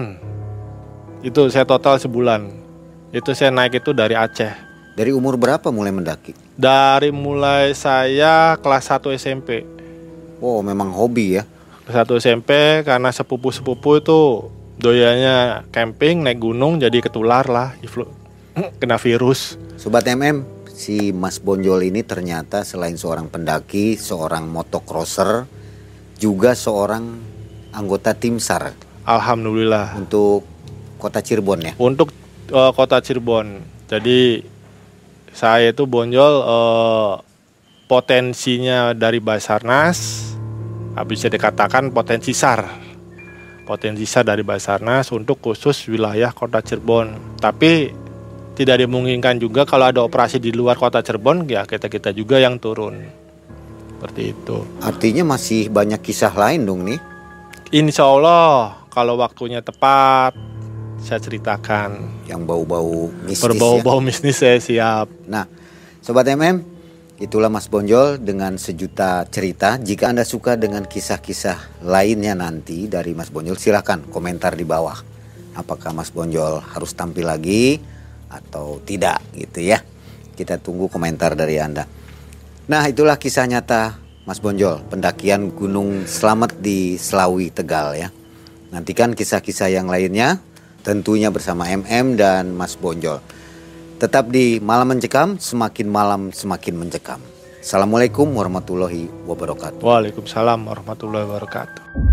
Itu saya total sebulan. Itu saya naik itu dari Aceh. Dari umur berapa mulai mendaki? Dari mulai saya kelas satu S M P. Oh, memang hobi ya. Kelas satu S M P karena sepupu-sepupu itu doyanya camping, naik gunung, jadi ketular lah, kena virus. Sobat M M, si Mas Bonjol ini ternyata selain seorang pendaki, seorang motocrosser, juga seorang anggota tim SAR. Alhamdulillah. Untuk kota Cirebon ya? Untuk uh, kota Cirebon. Jadi saya itu Bonjol uh, potensinya dari Basarnas, bisa dikatakan potensi SAR. Potensi SAR dari Basarnas untuk khusus wilayah kota Cirebon. Tapi tidak dimungkinkan juga kalau ada operasi di luar kota Cirebon, ya kita-kita juga yang turun. Seperti itu. Artinya masih banyak kisah lain dong nih? Insya Allah kalau waktunya tepat saya ceritakan. Yang bau-bau mistis. Berbau-bau ya? mistis saya siap. Nah, Sobat M M, itulah Mas Bonjol dengan sejuta cerita. Jika Anda suka dengan kisah-kisah lainnya nanti dari Mas Bonjol, silahkan komentar di bawah. Apakah Mas Bonjol harus tampil lagi atau tidak gitu ya. Kita tunggu komentar dari Anda. Nah, itulah kisah nyata Mas Bonjol, pendakian Gunung Slamet di Slawi, Tegal ya. Nantikan kisah-kisah yang lainnya tentunya bersama M M dan Mas Bonjol. Tetap di Malam Mencekam, semakin malam semakin mencekam. Assalamualaikum warahmatullahi wabarakatuh. Waalaikumsalam warahmatullahi wabarakatuh.